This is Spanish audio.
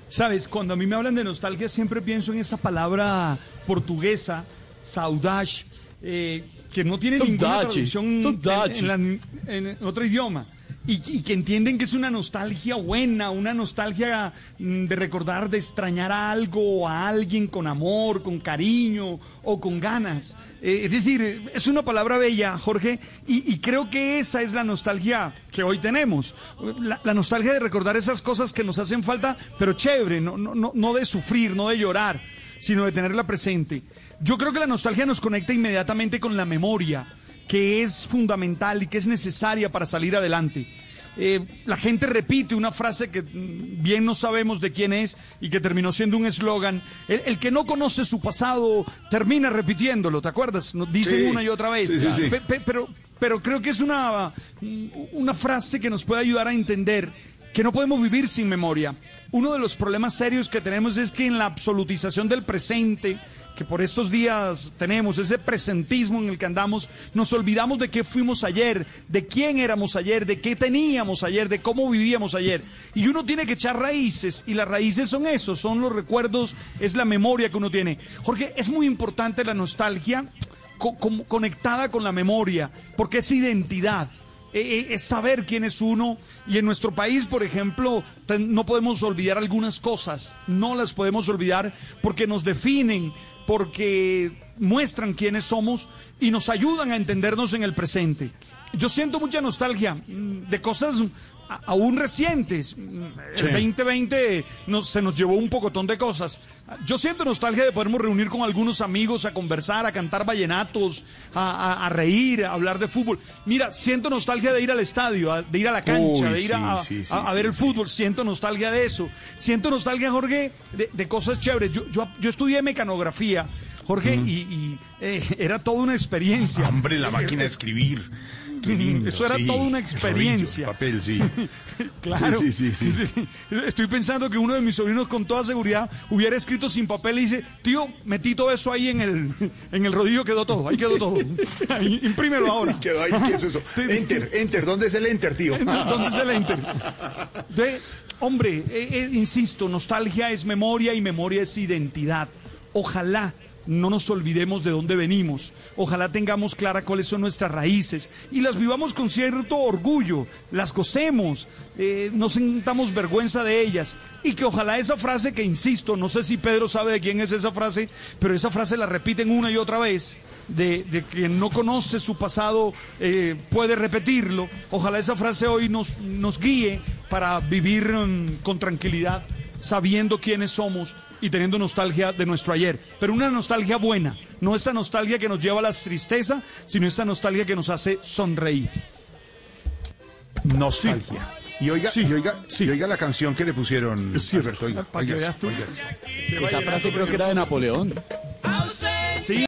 Sabes, cuando a mí me hablan de nostalgia siempre pienso en esa palabra portuguesa, saudade, que no tiene ninguna traducción en otro idioma. Y que entienden que es una nostalgia buena, una nostalgia de recordar, de extrañar a algo o a alguien con amor, con cariño o con ganas. Es decir, es una palabra bella, Jorge, y creo que esa es la nostalgia que hoy tenemos. La nostalgia de recordar esas cosas que nos hacen falta, pero chévere, no de sufrir, no de llorar, sino de tenerla presente. Yo creo que la nostalgia nos conecta inmediatamente con la memoria, que es fundamental y que es necesaria para salir adelante. La gente repite una frase que bien no sabemos de quién es y que terminó siendo un eslogan. El que no conoce su pasado termina repitiéndolo, ¿te acuerdas? Nos dicen una y otra vez. Sí. Pero creo que es una frase que nos puede ayudar a entender que no podemos vivir sin memoria. Uno de los problemas serios que tenemos es que en la absolutización del presente, que por estos días tenemos, ese presentismo en el que andamos, nos olvidamos de qué fuimos ayer, de quién éramos ayer, de qué teníamos ayer, de cómo vivíamos ayer. Y uno tiene que echar raíces, y las raíces son esos, son los recuerdos, es la memoria que uno tiene. Jorge, es muy importante la nostalgia conectada con la memoria, porque es identidad. Es saber quién es uno, y en nuestro país, por ejemplo, no podemos olvidar algunas cosas, no las podemos olvidar porque nos definen, porque muestran quiénes somos y nos ayudan a entendernos en el presente. Yo siento mucha nostalgia de cosas aún recientes. El 2020 se nos llevó un pocotón de cosas. Yo siento nostalgia de podernos reunir con algunos amigos a conversar, a cantar vallenatos, a reír, a hablar de fútbol. Mira, siento nostalgia de ir al estadio, de ir a la cancha, de ir a ver el fútbol. Siento nostalgia de eso. Siento nostalgia, Jorge, de cosas chéveres. Yo estudié mecanografía, Jorge, y era toda una experiencia. Hombre, la máquina de escribir. Lindo, eso era toda una experiencia. Papel, sí. Claro. Sí. Estoy pensando que uno de mis sobrinos con toda seguridad hubiera escrito sin papel y dice, tío, metí todo eso ahí en el rodillo, quedó todo, ahí quedó todo. Imprímelo ahora. Sí, quedó ahí, ¿qué es eso? Enter, ¿dónde es el enter, tío? ¿Dónde es el enter? Hombre, insisto, nostalgia es memoria y memoria es identidad. Ojalá no nos olvidemos de dónde venimos, ojalá tengamos clara cuáles son nuestras raíces y las vivamos con cierto orgullo, las gocemos, no sintamos vergüenza de ellas, y que ojalá esa frase que, insisto, no sé si Pedro sabe de quién es esa frase, pero esa frase la repiten una y otra vez, de quien no conoce su pasado puede repetirlo. Ojalá esa frase hoy nos guíe para vivir con tranquilidad, sabiendo quiénes somos y teniendo nostalgia de nuestro ayer, pero una nostalgia buena, no esa nostalgia que nos lleva a la tristeza, sino esa nostalgia que nos hace sonreír. Nostalgia. Y oiga la canción que le pusieron, Alberto, para que veas tú. Esa frase creo que era de Napoleón. Sí.